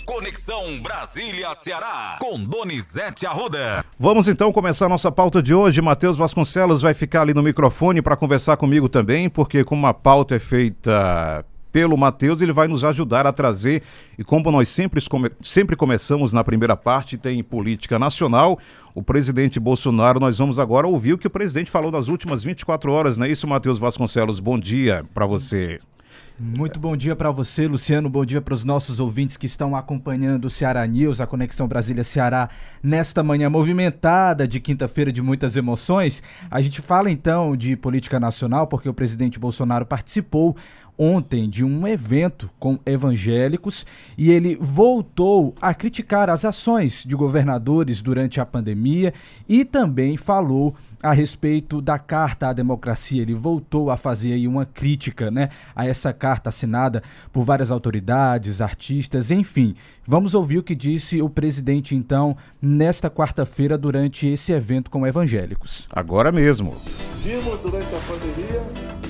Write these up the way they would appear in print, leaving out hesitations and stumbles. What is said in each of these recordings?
Conexão Brasília-Ceará, com Donizete Arruda. Vamos então começar a nossa pauta de hoje. Matheus Vasconcelos vai ficar ali no microfone para conversar comigo também, porque como a pauta é feita pelo Matheus, ele vai nos ajudar a trazer, e como nós sempre começamos na primeira parte, tem política nacional, o presidente Bolsonaro. Nós vamos agora ouvir o que o presidente falou nas últimas 24 horas, não é isso, Matheus Vasconcelos? Bom dia para você. Muito bom dia para você, Luciano. Bom dia para os nossos ouvintes que estão acompanhando o Ceará News, a Conexão Brasília-Ceará, nesta manhã movimentada de quinta-feira de muitas emoções. A gente fala então de política nacional porque o presidente Bolsonaro participou ontem de um evento com evangélicos e ele voltou a criticar as ações de governadores durante a pandemia e também falou a respeito da Carta à Democracia. Ele voltou a fazer aí uma crítica, né, a essa carta assinada por várias autoridades, artistas, enfim. Vamos ouvir o que disse o presidente, então, nesta quarta-feira, durante esse evento com evangélicos. Agora mesmo. Vimos durante a pandemia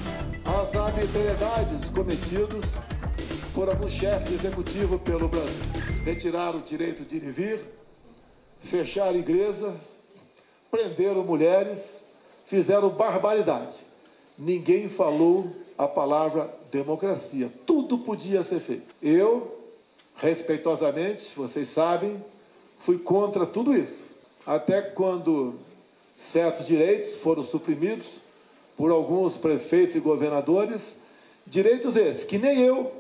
as arbitrariedades cometidas por alguns chefes executivos pelo Brasil. Retirar o direito de ir e vir, fechar igrejas, prenderam mulheres, fizeram barbaridade. Ninguém falou a palavra democracia. Tudo podia ser feito. Eu, respeitosamente, vocês sabem, fui contra tudo isso. Até quando certos direitos foram suprimidos por alguns prefeitos e governadores, direitos esses, que nem eu,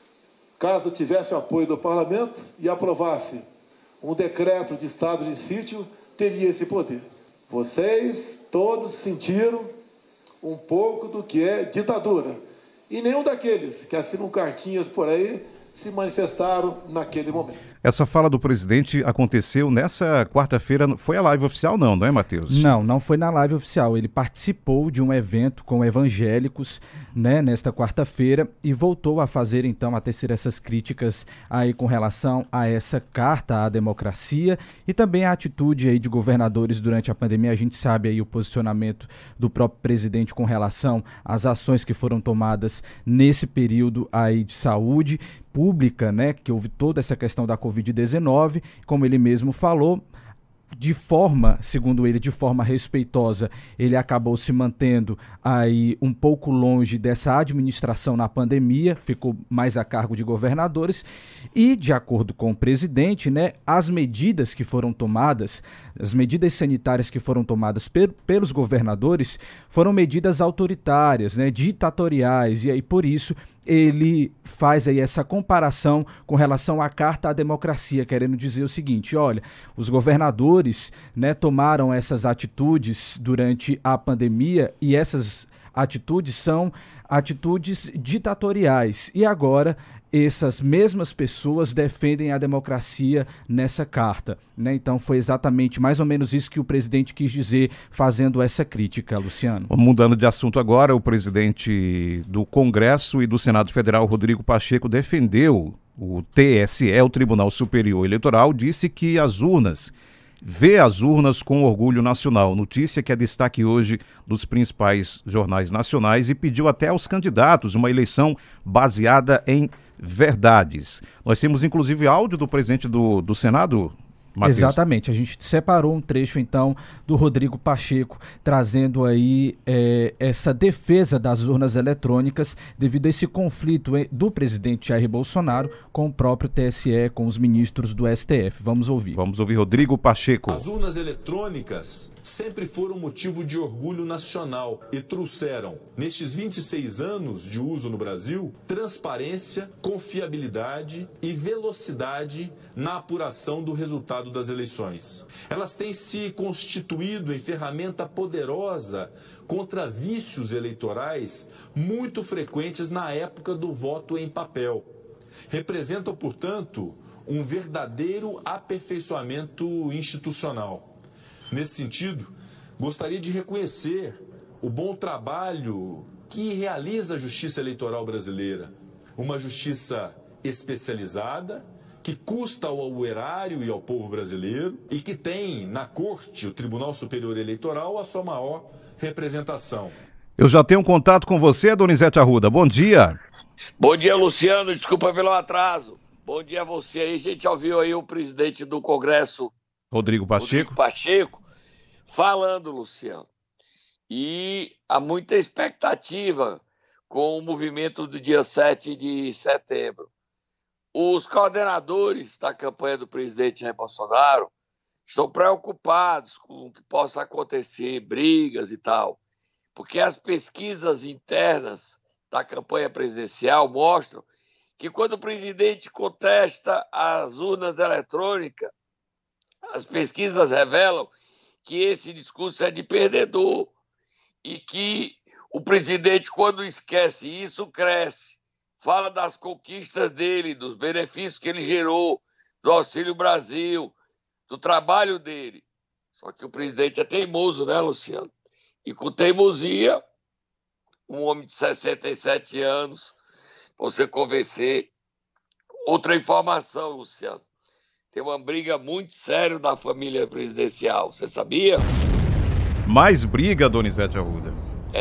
caso tivesse o apoio do parlamento e aprovasse um decreto de estado de sítio, teria esse poder. Vocês todos sentiram um pouco do que é ditadura. E nenhum daqueles que assinam cartinhas por aí se manifestaram naquele momento. Essa fala do presidente aconteceu nessa quarta-feira, foi a live oficial não é, Matheus? Não foi na live oficial, ele participou de um evento com evangélicos, né, nesta quarta-feira e voltou a fazer então, a tecer essas críticas aí com relação a essa Carta à Democracia e também a atitude aí de governadores durante a pandemia. A gente sabe aí o posicionamento do próprio presidente com relação às ações que foram tomadas nesse período aí de saúde pública, né, que houve toda essa questão da Covid-19, como ele mesmo falou, de forma, segundo ele, de forma respeitosa, ele acabou se mantendo aí um pouco longe dessa administração na pandemia, ficou mais a cargo de governadores e, de acordo com o presidente, né, as medidas que foram tomadas, as medidas sanitárias que foram tomadas pelos governadores foram medidas autoritárias, né, ditatoriais, e aí por isso ele faz aí essa comparação com relação à Carta à Democracia, querendo dizer o seguinte: olha, os governadores, né, tomaram essas atitudes durante a pandemia e essas atitudes são atitudes ditatoriais e agora essas mesmas pessoas defendem a democracia nessa carta, né? Então foi exatamente mais ou menos isso que o presidente quis dizer fazendo essa crítica, Luciano. Mudando de assunto agora, o presidente do Congresso e do Senado Federal, Rodrigo Pacheco, defendeu o TSE, o Tribunal Superior Eleitoral, disse que vê as urnas com orgulho nacional, notícia que é destaque hoje dos principais jornais nacionais, e pediu até aos candidatos uma eleição baseada em verdades. Nós temos inclusive áudio do presidente do Senado, Matheus. Exatamente, a gente separou um trecho então do Rodrigo Pacheco, trazendo aí essa defesa das urnas eletrônicas devido a esse conflito do presidente Jair Bolsonaro com o próprio TSE, com os ministros do STF. Vamos ouvir. Vamos ouvir Rodrigo Pacheco. As urnas eletrônicas sempre foram motivo de orgulho nacional e trouxeram, nestes 26 anos de uso no Brasil, transparência, confiabilidade e velocidade na apuração do resultado das eleições. Elas têm se constituído em ferramenta poderosa contra vícios eleitorais muito frequentes na época do voto em papel. Representam, portanto, um verdadeiro aperfeiçoamento institucional. Nesse sentido, gostaria de reconhecer o bom trabalho que realiza a Justiça Eleitoral brasileira. Uma justiça especializada, que custa ao erário e ao povo brasileiro e que tem na Corte, o Tribunal Superior Eleitoral, a sua maior representação. Eu já tenho um contato com você, Donizete Arruda. Bom dia. Bom dia, Luciano. Desculpa pelo atraso. Bom dia a você aí. A gente ouviu aí o presidente do Congresso, Rodrigo Pacheco. Rodrigo Pacheco, falando, Luciano. E há muita expectativa com o movimento do dia 7 de setembro. Os coordenadores da campanha do presidente Jair Bolsonaro estão preocupados com o que possa acontecer, brigas e tal, porque as pesquisas internas da campanha presidencial mostram que quando o presidente contesta as urnas eletrônicas, as pesquisas revelam que esse discurso é de perdedor e que o presidente, quando esquece isso, cresce. Fala das conquistas dele, dos benefícios que ele gerou, do Auxílio Brasil, do trabalho dele. Só que o presidente é teimoso, né, Luciano? E com teimosia, um homem de 67 anos, você convencer. Outra informação, Luciano. Tem uma briga muito séria da família presidencial. Você sabia? Mais briga, Donizete Arruda.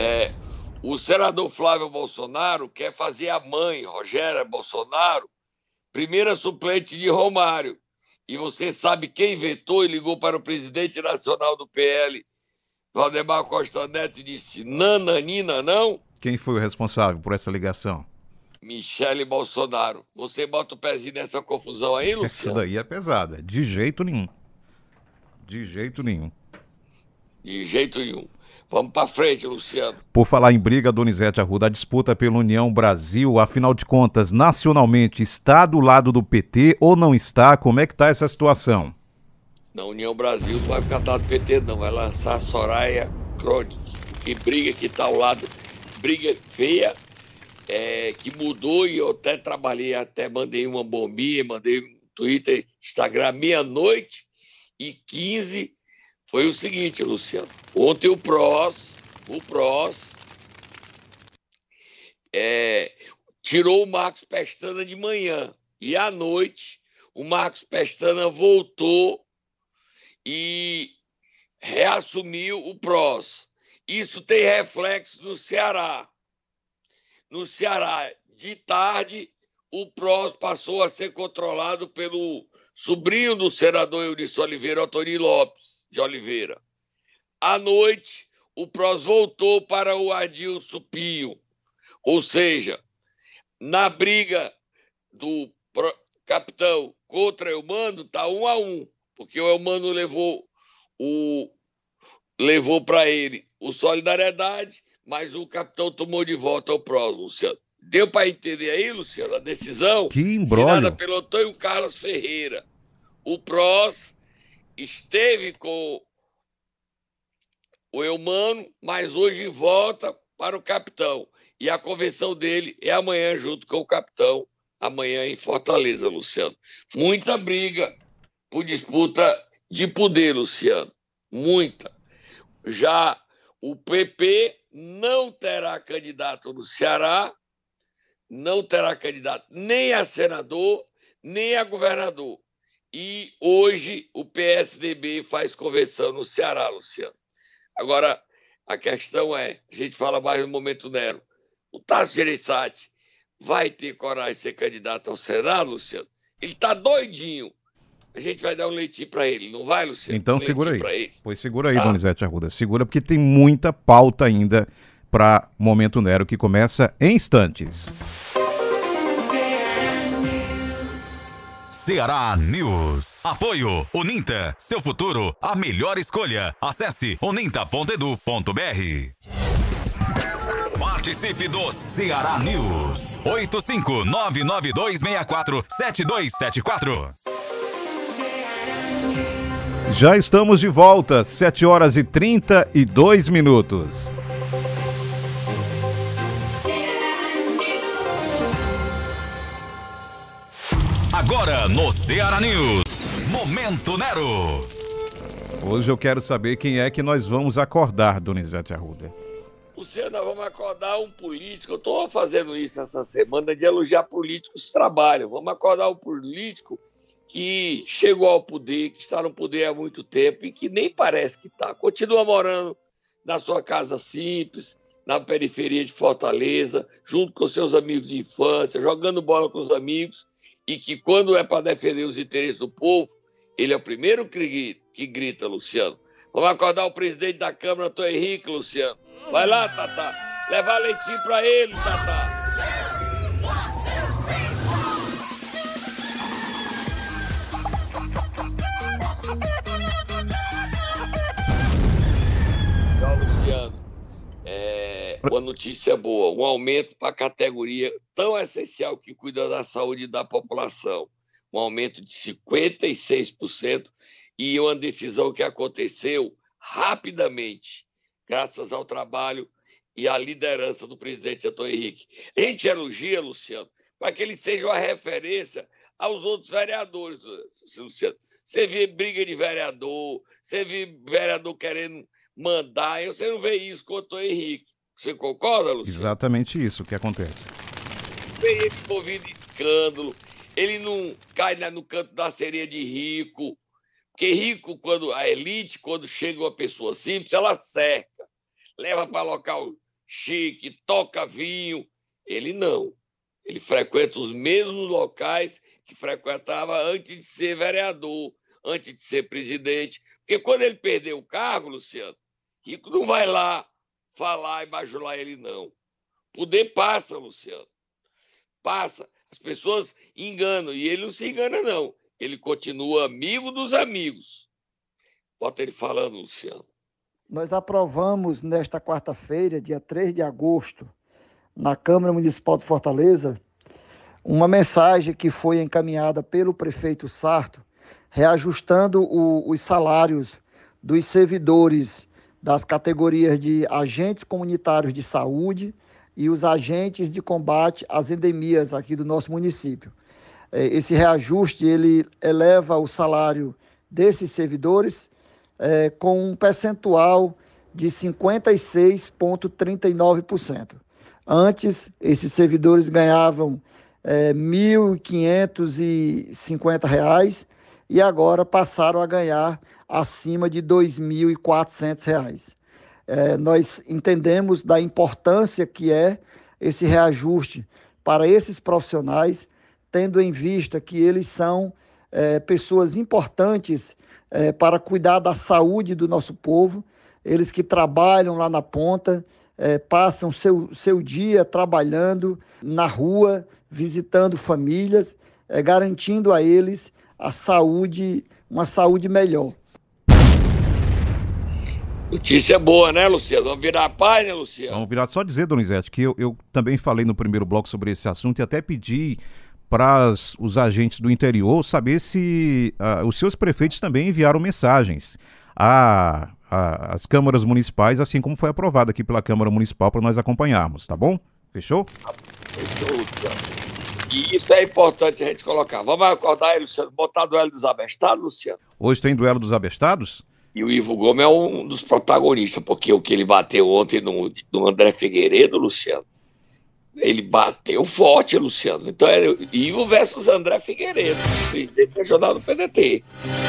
O senador Flávio Bolsonaro quer fazer a mãe, Rogéria Bolsonaro, primeira suplente de Romário. E você sabe quem vetou e ligou para o presidente nacional do PL, Valdemar Costa Neto, e disse: nananina, não? Quem foi o responsável por essa ligação? Michele Bolsonaro. Você bota o pezinho nessa confusão aí, Luciano? Essa daí é pesada. De jeito nenhum. De jeito nenhum. De jeito nenhum. Vamos para frente, Luciano. Por falar em briga, Donizete Arruda, a disputa pela União Brasil, afinal de contas, nacionalmente, está do lado do PT ou não está? Como é que está essa situação? Na União Brasil não vai ficar do lado do PT, não. Vai lançar a Soraya Tronic, que briga que está ao lado. Briga feia, que mudou, e eu até trabalhei, até mandei uma bombinha, mandei um Twitter, Instagram, 00:15. Foi o seguinte, Luciano. Ontem o PROS tirou o Marcos Pestana de manhã. E à noite, o Marcos Pestana voltou e reassumiu o PROS. Isso tem reflexo no Ceará. No Ceará, de tarde, o PROS passou a ser controlado pelo sobrinho do senador Eunício Oliveira, Otoni Lopes de Oliveira. À noite, o PROS voltou para o Adilson Pio. Ou seja, na briga do capitão contra Eumano, está 1-1, porque o Eumano levou para ele o Solidariedade, mas o capitão tomou de volta o PROS, Luciano. Deu para entender aí, Luciano, a decisão? Que imbróglio. Assinada pelo Antônio Carlos Ferreira. O PROS esteve com o Eumano, mas hoje volta para o capitão. E a convenção dele é amanhã, junto com o capitão, amanhã em Fortaleza, Luciano. Muita briga por disputa de poder, Luciano. Muita. Já o PP não terá candidato no Ceará, não terá candidato nem a senador, nem a governador. E hoje o PSDB faz convenção no Ceará, Luciano. Agora, a questão é, a gente fala mais no momento Nero, o Tasso Gereissati vai ter coragem de ser candidato ao Senado, Luciano? Ele está doidinho. A gente vai dar um leitinho para ele, não vai, Luciano? Então segura aí. Pois segura aí, tá. Donizete Arruda. Segura, porque tem muita pauta ainda para Momento Nero, que começa em instantes. Ceará News. Apoio Uninta. Seu futuro, a melhor escolha. Acesse uninta.edu.br. Participe do Ceará News. 85992647274. Já estamos de volta, 7h32. Agora no Ceará News, Momento Nero. Hoje eu quero saber quem é que nós vamos acordar, Donizete Arruda. Luciano, nós vamos acordar um político. Eu estou fazendo isso essa semana de elogiar políticos que trabalham. Vamos acordar um político que chegou ao poder, que está no poder há muito tempo e que nem parece que está. Continua morando na sua casa simples, na periferia de Fortaleza, junto com seus amigos de infância, jogando bola com os amigos. e que quando é para defender os interesses do povo, ele é o primeiro que grita, Luciano. Vamos acordar o presidente da Câmara, Tom Henrique, Luciano. Vai lá, Tatá. Levar leitinho para ele, Tatá. Luciano, uma notícia boa, um aumento para a categoria tão essencial que cuida da saúde da população, um aumento de 56% e uma decisão que aconteceu rapidamente, graças ao trabalho e à liderança do presidente Antônio Henrique. A gente elogia, Luciano, para que ele seja uma referência aos outros vereadores, Luciano. Você vê briga de vereador, você vê vereador querendo mandar, você não vê isso com o Antônio Henrique. Você concorda, Luciano? Exatamente isso que acontece. Vê ele envolvido em escândalo, ele não cai no canto da sereia de rico, porque rico, a elite, quando chega uma pessoa simples, ela cerca, leva para local chique, toca vinho. Ele não. Ele frequenta os mesmos locais que frequentava antes de ser vereador, antes de ser presidente. Porque quando ele perdeu o cargo, Luciano, rico não vai lá falar e bajular ele, não. Poder passa, Luciano. Passa. As pessoas enganam. E ele não se engana, não. Ele continua amigo dos amigos. Bota ele falando, Luciano. Nós aprovamos nesta quarta-feira, dia 3 de agosto, na Câmara Municipal de Fortaleza, uma mensagem que foi encaminhada pelo prefeito Sarto, reajustando os salários dos servidores das categorias de agentes comunitários de saúde e os agentes de combate às endemias aqui do nosso município. Esse reajuste ele eleva o salário desses servidores com um percentual de 56,39%. Antes, esses servidores ganhavam R$ 1.550 e agora passaram a ganhar acima de R$ 2.400. Nós entendemos da importância que é esse reajuste para esses profissionais, tendo em vista que eles são pessoas importantes para cuidar da saúde do nosso povo, eles que trabalham lá na ponta, passam seu dia trabalhando na rua, visitando famílias, garantindo a eles a saúde, uma saúde melhor. Notícia boa, né, Luciano? Vamos virar a página, Luciano? Vamos virar. Só dizer, Donizete, que eu também falei no primeiro bloco sobre esse assunto e até pedi para os agentes do interior saber se os seus prefeitos também enviaram mensagens às câmaras municipais, assim como foi aprovado aqui pela Câmara Municipal para nós acompanharmos, tá bom? Fechou? Fechou, Luciano. E isso é importante a gente colocar. Vamos acordar aí, Luciano, botar duelo dos abestados, Luciano? Hoje tem duelo dos abestados? E o Ivo Gomes é um dos protagonistas, porque o que ele bateu ontem no André Figueiredo, Luciano, ele bateu forte, Luciano. Então é Ivo versus André Figueiredo, presidente regional do PDT.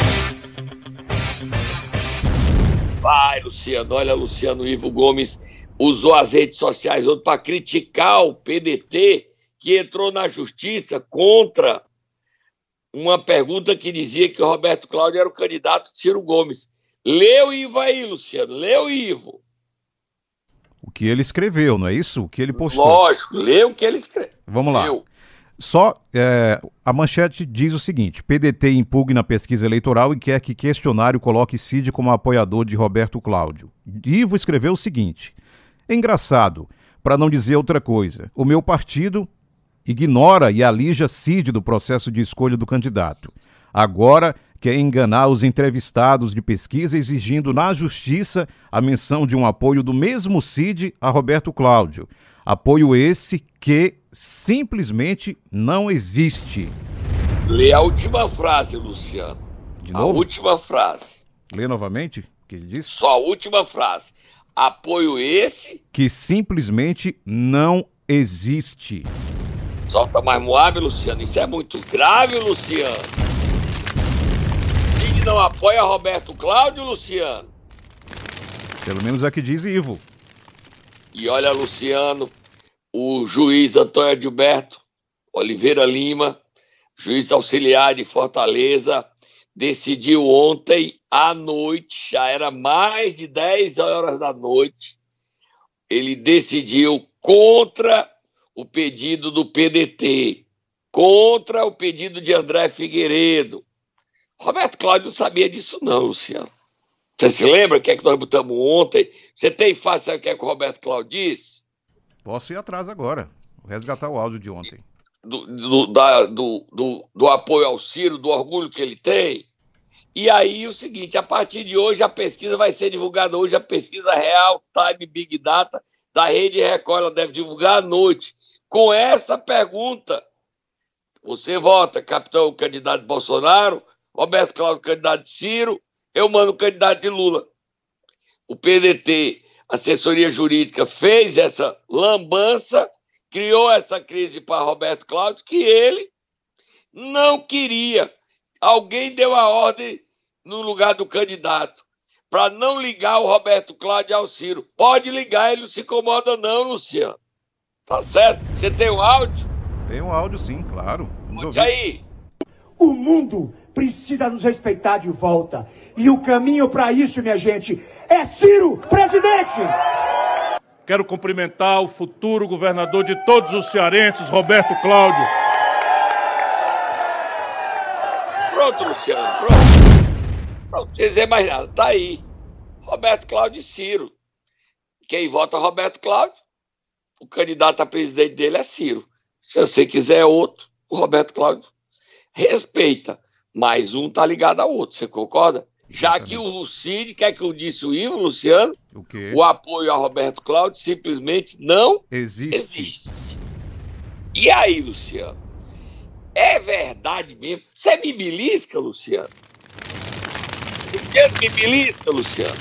Vai, Luciano. Olha, Luciano, o Ivo Gomes usou as redes sociais ontem para criticar o PDT, que entrou na justiça contra uma pergunta que dizia que o Roberto Cláudio era o candidato de Ciro Gomes. Lê o Ivo aí, Luciano. Lê o Ivo. O que ele escreveu, não é isso? O que ele postou. Lógico, lê o que ele escreveu. Vamos lá. Só a manchete diz o seguinte: PDT impugna pesquisa eleitoral e quer que questionário coloque Cid como apoiador de Roberto Cláudio. Ivo escreveu o seguinte: engraçado, para não dizer outra coisa, o meu partido ignora e alija Cid do processo de escolha do candidato. Agora quer enganar os entrevistados de pesquisa exigindo na justiça a menção de um apoio do mesmo Cid a Roberto Cláudio. Apoio esse que simplesmente não existe. Lê a última frase, Luciano. De novo? A última frase. Lê novamente o que ele disse? Só a última frase. Apoio esse que simplesmente não existe. Solta mais Moab, Luciano. Isso é muito grave, Luciano. Cid não apoia Roberto Cláudio, Luciano. Pelo menos é que diz Ivo. E olha, Luciano, o juiz Antônio Gilberto Oliveira Lima juiz auxiliar de Fortaleza, decidiu ontem à noite, já era mais de 10 horas da noite, ele decidiu contra o pedido do PDT, contra o pedido de André Figueiredo. Roberto Cláudio não sabia disso não, Luciano. Você se lembra o que é que nós botamos ontem? Você tem fácil saber o que é que o Roberto Cláudio disse? Posso ir atrás agora, resgatar o áudio de ontem. Do apoio ao Ciro, do orgulho que ele tem. E aí o seguinte, a partir de hoje a pesquisa vai ser divulgada hoje, a pesquisa Real Time Big Data da Rede Record, ela deve divulgar à noite, com essa pergunta: você vota, capitão, candidato de Bolsonaro, Roberto Cláudio, candidato de Ciro, eu mando o candidato de Lula. O PDT, assessoria jurídica, fez essa lambança, criou essa crise para Roberto Cláudio, que ele não queria. Alguém deu a ordem no lugar do candidato para não ligar o Roberto Cláudio ao Ciro. Pode ligar, ele não se incomoda não, Luciano. Tá certo? Você tem um áudio? Tem um áudio sim, claro. Vamos ouvir. Aí. O mundo precisa nos respeitar de volta. E o caminho para isso, minha gente, é Ciro, presidente! Quero cumprimentar o futuro governador de todos os cearenses, Roberto Cláudio. Pronto, Luciano, pronto. Não precisa dizer mais nada, tá aí. Roberto Cláudio e Ciro. Quem vota Roberto Cláudio, o candidato a presidente dele é Ciro. Se você quiser outro, o Roberto Cláudio respeita, mas um tá ligado ao outro, você concorda? Já que o Cid, quer que eu disse o Ivo, Luciano, o quê? O apoio a Roberto Cláudio simplesmente não existe. E aí, Luciano? É verdade mesmo? Você me belisca, Luciano? Me belisca, Luciano?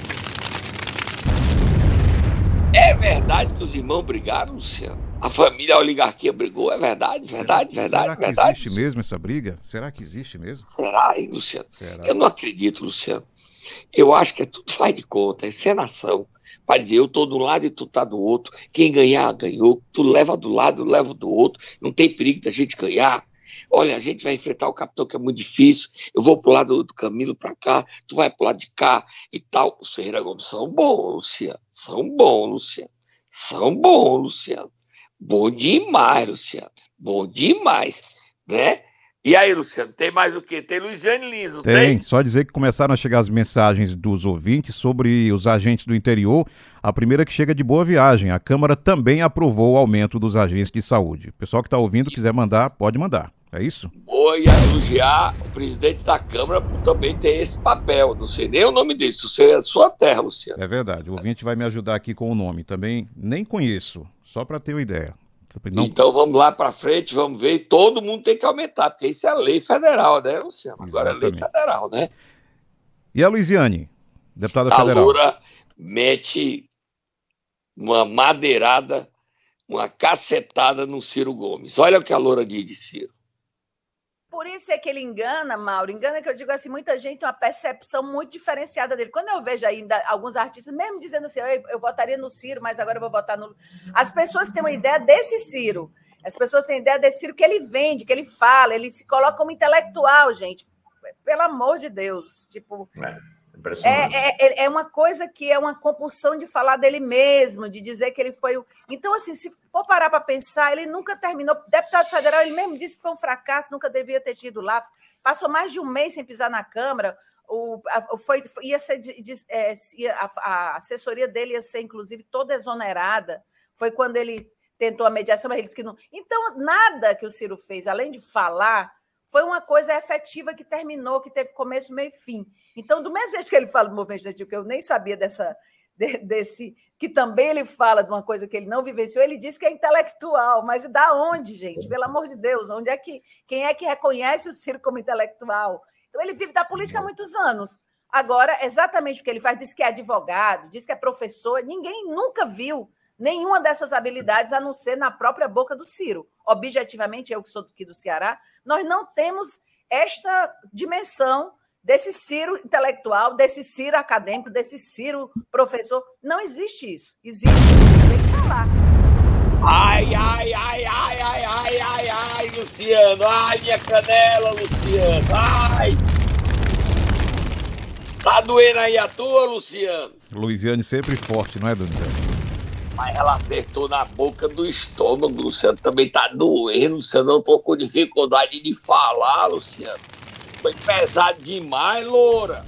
É verdade que os irmãos brigaram, Luciano? A família, a oligarquia brigou? É verdade, verdade, verdade. Será que verdade, existe mesmo essa briga? Será que existe mesmo? Será, hein, Luciano? Será? Eu não acredito, Luciano. Eu acho que é tudo faz de conta, é encenação. Para dizer, eu tô de um lado e tu tá do outro. Quem ganhar, ganhou. Tu leva do lado, eu levo do outro. Não tem perigo da gente ganhar. Olha, a gente vai enfrentar o capitão, que é muito difícil. Eu vou pro lado do Camilo pra cá, tu vai pro lado de cá e tal. Os Ferreira Gomes são bons, Luciano. São bons, Luciano. São bons, Luciano. Bom demais, Luciano. Bom demais, né? E aí, Luciano, tem mais o quê? Tem Luiziane Lins, não tem? Tem, só dizer que começaram a chegar as mensagens dos ouvintes sobre os agentes do interior. A primeira que chega de Boa Viagem. A Câmara também aprovou o aumento dos agentes de saúde. O pessoal que está ouvindo, quiser mandar, pode mandar. É isso? Boa, e elogiar o presidente da Câmara por também ter esse papel. Não sei nem o nome dele, isso é a sua terra, Luciano. É verdade, o ouvinte vai me ajudar aqui com o nome. Também nem conheço, só para ter uma ideia. Não... Então vamos lá para frente, vamos ver. Todo mundo tem que aumentar, porque isso é lei federal, né, Luciano? Agora Exatamente. É lei federal, né? E a Luiziane, deputada A federal? Loura mete uma madeirada, uma cacetada no Ciro Gomes. Olha o que a Loura diz de Ciro. Por isso é que ele engana, Mauro. Engana que eu digo assim, muita gente tem uma percepção muito diferenciada dele. Quando eu vejo ainda alguns artistas, mesmo dizendo assim, eu votaria no Ciro, mas agora eu vou votar no... As pessoas têm uma ideia desse Ciro. As pessoas têm ideia desse Ciro que ele vende, que ele fala, ele se coloca como intelectual, gente. Pelo amor de Deus. Tipo... É uma coisa que é uma compulsão de falar dele mesmo, de dizer que ele foi o... Então, assim, se for parar para pensar, ele nunca terminou. Deputado federal, ele mesmo disse que foi um fracasso, nunca devia ter tido lá. Passou mais de um mês sem pisar na Câmara. A assessoria dele ia ser, inclusive, toda exonerada. Foi quando ele tentou a mediação, mas ele disse que não. Então, nada que o Ciro fez, além de falar, foi uma coisa efetiva que terminou, que teve começo, meio e fim. Então, do mesmo jeito que ele fala do movimento estudantil, que eu nem sabia desse, que também ele fala de uma coisa que ele não vivenciou, ele diz que é intelectual, mas da onde, gente? Pelo amor de Deus, onde é que, quem é que reconhece o Ciro como intelectual? Então, ele vive da política há muitos anos. Agora, exatamente o que ele faz, diz que é advogado, diz que é professor, ninguém nunca viu nenhuma dessas habilidades, a não ser na própria boca do Ciro. Objetivamente, eu que sou aqui do Ceará, nós não temos esta dimensão desse Ciro intelectual, desse Ciro acadêmico, desse Ciro professor. Não existe isso. Existe, tem que falar. Ai, ai, ai, ai, ai, ai, ai, ai, Luciano. Ai, minha canela, Luciano. Ai. Tá doendo aí a tua, Luciano? Luiziane sempre forte, não é, Donizete? Mas ela acertou na boca do estômago, Luciano. Também tá doendo, Luciano. Eu tô com dificuldade de falar, Luciano. Foi pesado demais, loura.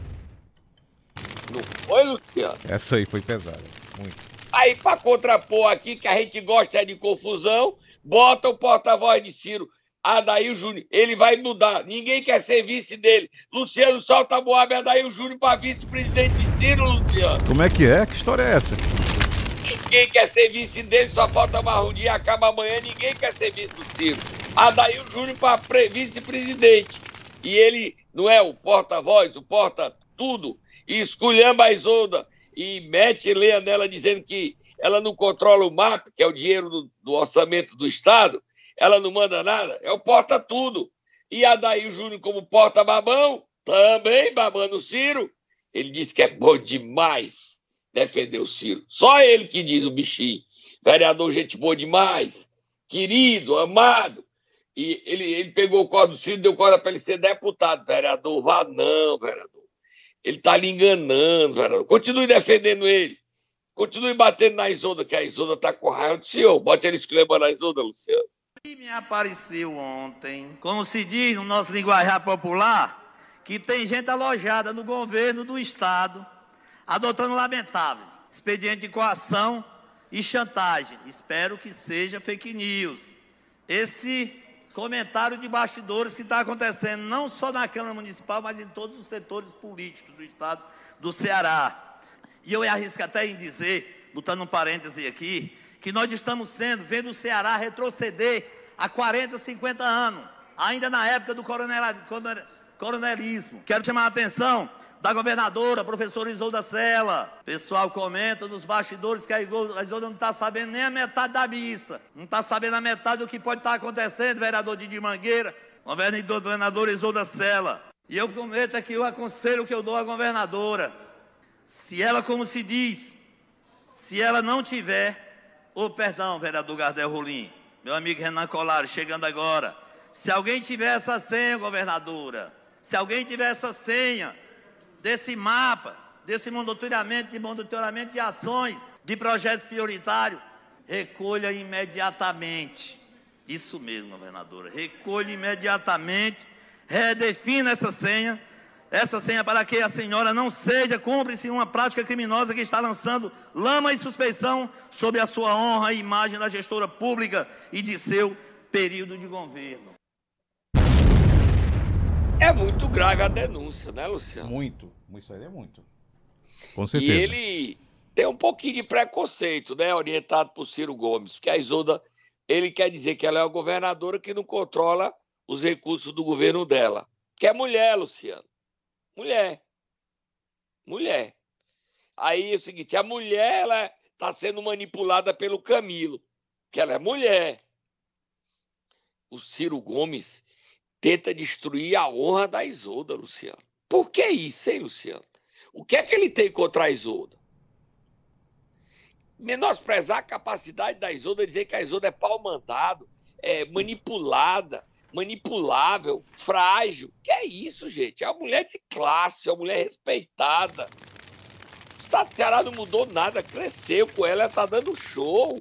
Não foi, Luciano? Essa aí foi pesada, muito. Aí, pra contrapor aqui, que a gente gosta de confusão, bota o porta-voz de Ciro, Adair Júnior. Ele vai mudar. Ninguém quer ser vice dele. Luciano, solta a Moab Adair Júnior pra vice-presidente de Ciro, Luciano. Como é que é? Que história é essa? Ninguém quer ser vice dele, só falta mais um dia, acaba amanhã, ninguém quer ser vice do Ciro. Adair Júnior para vice-presidente. E ele não é o porta-voz, o porta-tudo, e esculhamba a Isolda, e mete lenha nela dizendo que ela não controla o MAP, que é o dinheiro do orçamento do Estado, ela não manda nada, é o porta-tudo. E Adair Júnior como porta-babão, também babando o Ciro, ele disse que é bom demais defender o Ciro. Só ele que diz o bichinho. Vereador, gente boa demais, querido, amado. E ele pegou o código do Ciro e deu corda para ele ser deputado. Vereador, vá não, vereador. Ele está lhe enganando, vereador. Continue defendendo ele. Continue batendo na Isolda, que a Isolda está com raiva do senhor. Bote ele esculhambando na Isolda, Luciano. E me apareceu ontem, como se diz no nosso linguajar popular, que tem gente alojada no governo do Estado, adotando lamentável expediente de coação e chantagem. Espero que seja fake news. Esse comentário de bastidores que está acontecendo não só na Câmara Municipal, mas em todos os setores políticos do Estado do Ceará. E eu arrisco até em dizer, botando um parêntese aqui, que nós estamos vendo o Ceará retroceder há 40, 50 anos, ainda na época do coronelismo. Quero chamar a atenção da governadora, professora Isolda Sela. O pessoal comenta nos bastidores que a Isolda não está sabendo nem a metade da missa. Não está sabendo a metade do que pode estar acontecendo, vereador Didi Mangueira, governadora Isolda Sela. E eu prometo aqui o aconselho que eu dou à governadora. Se ela, como se diz, se ela não tiver, perdão, vereador Gardel Rolim, meu amigo Renan Colari, chegando agora. Se alguém tiver essa senha, governadora, se alguém tiver essa senha desse mapa, desse monitoramento de ações, de projetos prioritários, recolha imediatamente. Isso mesmo, governadora, recolha imediatamente, redefina essa senha para que a senhora não seja cúmplice de uma prática criminosa que está lançando lama e suspeição sobre a sua honra e imagem da gestora pública e de seu período de governo. É muito grave a denúncia, né, Luciano? Muito, isso aí é muito. Com certeza. E ele tem um pouquinho de preconceito, né, orientado por Ciro Gomes, porque a Isolda, ele quer dizer que ela é uma governadora que não controla os recursos do governo dela. Que é mulher, Luciano. Mulher. Aí é o seguinte, a mulher, ela está sendo manipulada pelo Camilo, que ela é mulher. O Ciro Gomes tenta destruir a honra da Isolda, Luciano. Por que isso, hein, Luciano? O que é que ele tem contra a Isolda? Menosprezar a capacidade da Isolda, dizer que a Isolda é pau mandado, é manipulada, manipulável, frágil. Que é isso, gente? É uma mulher de classe, é uma mulher respeitada. O Estado do Ceará não mudou nada, cresceu com ela está dando show.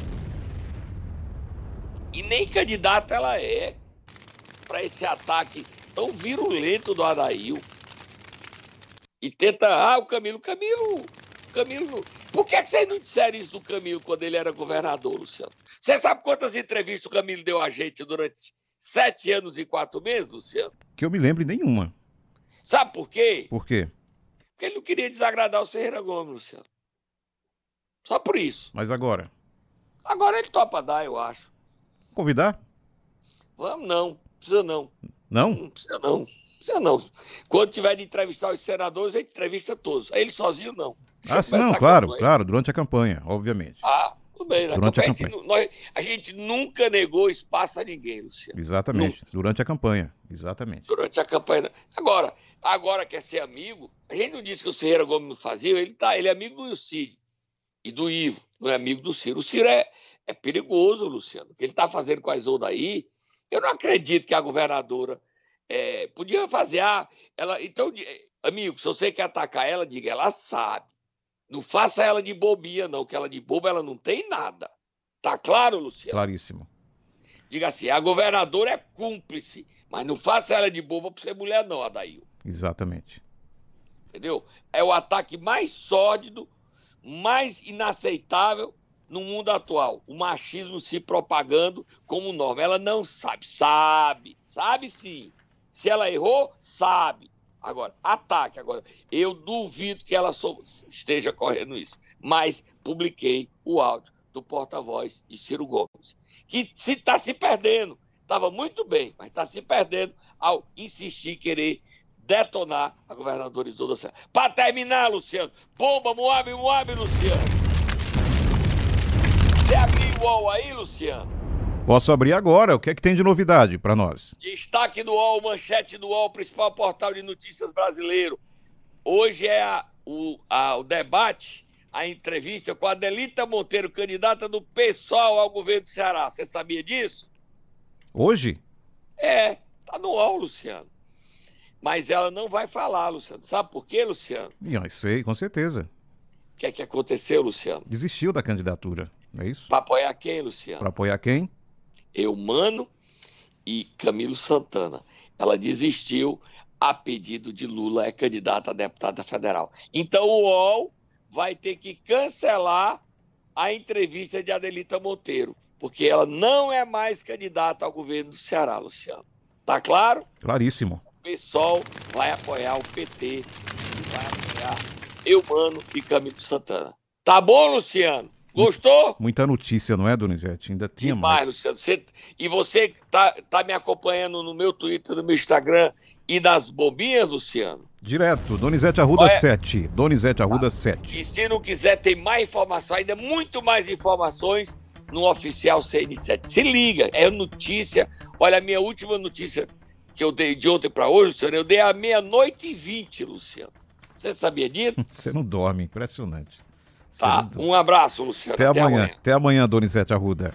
E nem candidata ela é para esse ataque tão virulento do Adair. E tenta, o Camilo. Por que vocês não disseram isso do Camilo quando ele era governador, Luciano? Você sabe quantas entrevistas o Camilo deu a gente durante 7 anos e 4 meses, Luciano? Que eu me lembre nenhuma. Sabe por quê? Por quê? Porque ele não queria desagradar o Ferreira Gomes, Luciano. Só por isso. Mas agora? Agora ele topa dar, eu acho. Convidar? Vamos não, precisa não. Não? Não precisa não. Quando tiver de entrevistar os senadores, a gente entrevista todos. Ele sozinho, não. Claro, durante a campanha, obviamente. Tudo bem. Durante a campanha. A gente nunca negou espaço a ninguém, Luciano. Exatamente, nunca. Durante a campanha, exatamente. Durante a campanha. Agora quer ser amigo, a gente não disse que o Ferreira Gomes não fazia, ele é amigo do Cid e do Ivo, não é amigo do Ciro. O Ciro É perigoso, Luciano. O que ele está fazendo com a Isolda aí, eu não acredito que a governadora podia fazer. Então, amigo, se você quer atacar ela, diga, ela sabe. Não faça ela de bobinha, não, que ela de boba ela não tem nada. Tá claro, Luciano? Claríssimo. Diga assim, a governadora é cúmplice, mas não faça ela de boba por ser mulher, não, Adail. Exatamente. Entendeu? É o ataque mais sórdido, mais inaceitável no mundo atual. O machismo se propagando como norma. Ela não sabe. Sabe sim. Se ela errou, sabe. Agora, ataque. Agora, eu duvido que ela esteja correndo isso. Mas publiquei o áudio do porta-voz de Ciro Gomes, que está se perdendo. Estava muito bem, mas está se perdendo ao insistir em querer detonar a governadora Isolda Sela. Para terminar, Luciano, bomba, Moab, Luciano. Você abriu o UOL aí, Luciano? Posso abrir agora. O que é que tem de novidade para nós? Destaque do UOL, manchete do UOL, principal portal de notícias brasileiro. Hoje é o debate, a entrevista com a Adelita Monteiro, candidata do PSOL ao governo do Ceará. Você sabia disso? Hoje? Tá no UOL, Luciano. Mas ela não vai falar, Luciano. Sabe por quê, Luciano? Eu sei, com certeza. O que é que aconteceu, Luciano? Desistiu da candidatura, não é isso? Para apoiar quem, Luciano? Para apoiar quem? Eumano e Camilo Santana. Ela desistiu a pedido de Lula, é candidata a deputada federal. Então o UOL vai ter que cancelar a entrevista de Adelita Monteiro, porque ela não é mais candidata ao governo do Ceará, Luciano. Tá claro? Claríssimo. O PSOL vai apoiar o PT e vai apoiar Eumano e Camilo Santana. Tá bom, Luciano? Gostou? Muita notícia, não é, Donizete? Ainda tinha mais. Luciano. E você tá me acompanhando no meu Twitter, no meu Instagram e nas bombinhas, Luciano? Direto, Donizete Arruda 7. Donizete Arruda 7. E se não quiser, tem mais informação, ainda muito mais informações no oficial CN7. Se liga, é notícia. Olha, a minha última notícia que eu dei de ontem para hoje, Luciano, eu dei à 00:20, Luciano. Você sabia disso? Você não dorme, impressionante. Tá, um abraço, Luciano. Até amanhã, Donizete Arruda.